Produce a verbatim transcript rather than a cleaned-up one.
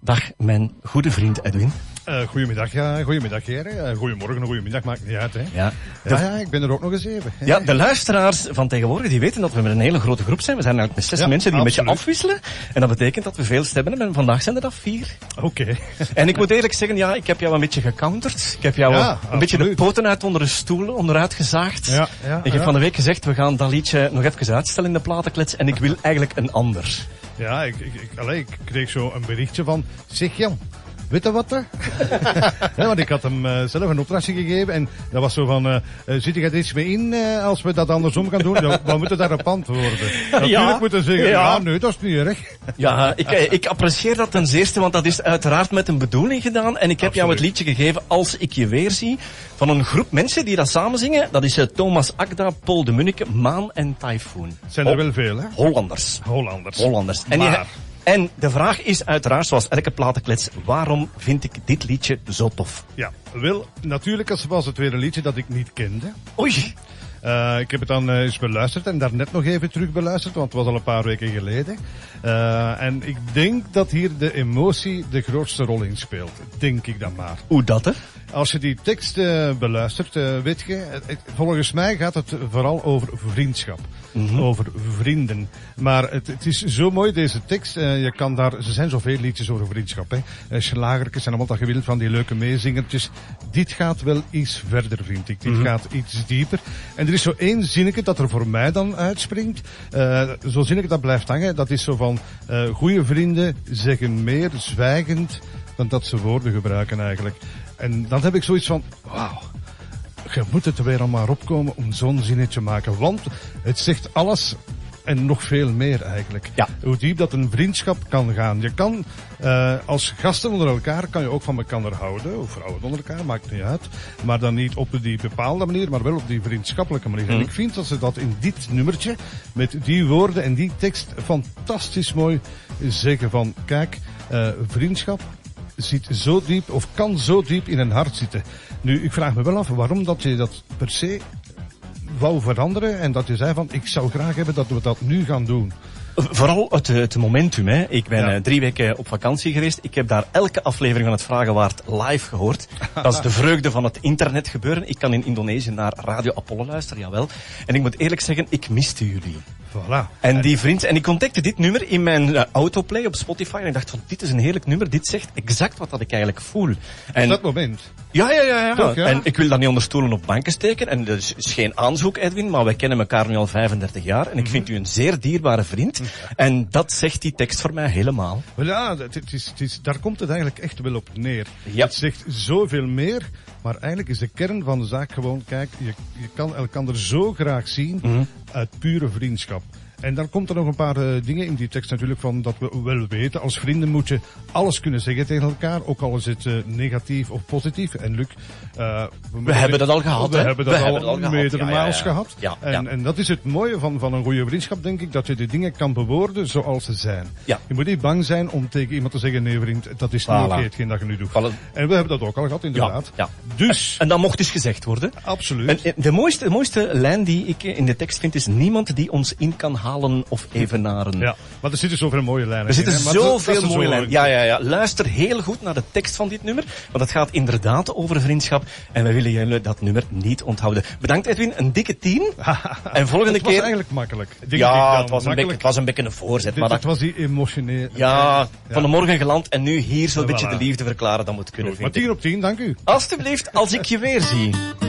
Dag, mijn goede vriend Edwin. Uh, goedemiddag, ja, goedemiddag heren. Uh, goedemorgen, goedemiddag, maakt niet uit, hè. Ja, de... ja, ja, ik ben er ook nog eens even. Hè. Ja, de luisteraars van tegenwoordig, die weten dat we met een hele grote groep zijn. We zijn eigenlijk met zes ja, mensen die absoluut. een beetje afwisselen. En dat betekent dat we veel stemmen hebben. En vandaag zijn er dat vier. Oké. Okay. En ik moet eerlijk zeggen, ja, ik heb jou een beetje gecounterd. Ik heb jou ja, een absoluut. beetje de poten uit onder de stoelen, onderuit gezaagd. Ja, ja, ik heb ja. van de week gezegd, we gaan dat liedje nog even uitstellen in de platenklets. En ik wil eigenlijk een ander. Ja, ik, ik, ik, allez, ik kreeg zo een berichtje van, zeg Jan, weet je wat er? Ja, want ik had hem uh, zelf een opdrachtje gegeven en dat was zo van, uh, uh, zit je er iets mee in uh, als we dat andersom gaan doen? Dan, dan moet je daarop antwoorden. Natuurlijk ja, moeten zeggen, ja. ja, nee, dat is niet erg. Ja, ik, ik apprecieer dat ten zeerste, want dat is uiteraard met een bedoeling gedaan. En ik heb Absoluut. jou het liedje gegeven, Als ik je weer zie, van een groep mensen die dat samen zingen. Dat is uh, Thomas Akda, Paul de Munnik, Maan en Typhoon. Zijn er Ho- wel veel, hè? Hollanders. Hollanders. Hollanders. En maar... die, En de vraag is uiteraard, zoals elke platenklets, waarom vind ik dit liedje zo tof? Ja, wel, natuurlijk was het weer een liedje dat ik niet kende. Oei. Uh, ik heb het dan uh, eens beluisterd en daarnet nog even terug beluisterd, want het was al een paar weken geleden. Uh, en ik denk dat hier de emotie de grootste rol in speelt. Denk ik dan maar. Hoe dat, hè? Als je die tekst uh, beluistert, uh, weet je, het, volgens mij gaat het vooral over vriendschap. Mm-hmm. Over vrienden. Maar het, het is zo mooi, deze tekst. Uh, je kan daar, er zijn zoveel liedjes over vriendschap, hè. Uh, Schlagertjes en allemaal dat gewild van die leuke meezingertjes. Dit gaat wel iets verder, vind ik. Dit mm-hmm. gaat iets dieper. En er is zo één zinnetje dat er voor mij dan uitspringt. Uh, zo'n zinnetje dat blijft hangen. Dat is zo van, uh, goede vrienden zeggen meer zwijgend dan dat ze woorden gebruiken eigenlijk. En dan heb ik zoiets van, wauw. Je moet het er weer al maar opkomen om zo'n zinnetje te maken. Want het zegt alles en nog veel meer eigenlijk. Ja. Hoe diep dat een vriendschap kan gaan. Je kan, uh, als gasten onder elkaar, kan je ook van elkaar houden. Of vrouwen onder elkaar, maakt niet uit. Maar dan niet op die bepaalde manier, maar wel op die vriendschappelijke manier. Mm. En ik vind dat ze dat in dit nummertje, met die woorden en die tekst, fantastisch mooi zeggen van, kijk, uh, vriendschap zit zo diep, of kan zo diep in een hart zitten. Nu, ik vraag me wel af waarom dat je dat per se wou veranderen en dat je zei van, ik zou graag hebben dat we dat nu gaan doen. Vooral het, het momentum, hè. Ik ben ja. uh, drie weken op vakantie geweest. Ik heb daar elke aflevering van het Vragenwaard live gehoord. Dat is de vreugde van het internet gebeuren. Ik kan in Indonesië naar Radio Apollo luisteren, jawel. En ik moet eerlijk zeggen, ik miste jullie. Voilà. En die vriend, en ik ontdekte dit nummer in mijn uh, autoplay op Spotify. En ik dacht van, dit is een heerlijk nummer. Dit zegt exact wat dat ik eigenlijk voel. En op dat moment? Ja, ja, ja, ja. Toch, ja. En ik wil dat niet onder stoelen op banken steken. En dat is, is geen aanzoek, Edwin, maar wij kennen elkaar nu al vijfendertig jaar. En ik mm-hmm. vind u een zeer dierbare vriend. Mm-hmm. En dat zegt die tekst voor mij helemaal. Wel ja, het is, het is, daar komt het eigenlijk echt wel op neer. Ja. Het zegt zoveel meer, maar eigenlijk is de kern van de zaak gewoon, kijk, je, je kan elkaar zo graag zien mm-hmm. uit pure vriendschap. En dan komt er nog een paar uh, dingen in die tekst natuurlijk van dat we wel weten. Als vrienden moet je alles kunnen zeggen tegen elkaar. Ook al is het uh, negatief of positief. En Luc, uh, we, we hebben dat al gehad. We hè? hebben dat we al, hebben al meerdere ja, ja, maals ja. gehad. Ja, en, ja. en dat is het mooie van, van een goede vriendschap, denk ik. Dat je de dingen kan bewoorden zoals ze zijn. Ja. Je moet niet bang zijn om tegen iemand te zeggen, nee vriend, dat is niet voilà. hetgeen dat je nu doet. Voilà. En we hebben dat ook al gehad, inderdaad. Ja, ja. Dus. En, en dat mocht dus gezegd worden. Absoluut. En, de, mooiste, de mooiste lijn die ik in de tekst vind is niemand die ons in kan halen of evenaren. Ja, maar er zitten zoveel mooie lijnen Er zitten in, zoveel mooie zo lijnen. Ja, ja, ja. Luister heel goed naar de tekst van dit nummer, want het gaat inderdaad over vriendschap en wij willen jullie dat nummer niet onthouden. Bedankt Edwin, een dikke tien. En volgende het was keer... eigenlijk makkelijk. Denk ja, ik het, was een beetje, het was een beetje een voorzet. Dit, maar dat... Het was die emotioneel. Ja, ja, van de morgen geland en nu hier zo'n ja, beetje voilà. de liefde verklaren, dat moet kunnen. Goed, maar tien op tien, dank u. Alsjeblieft, als ik je weer zie.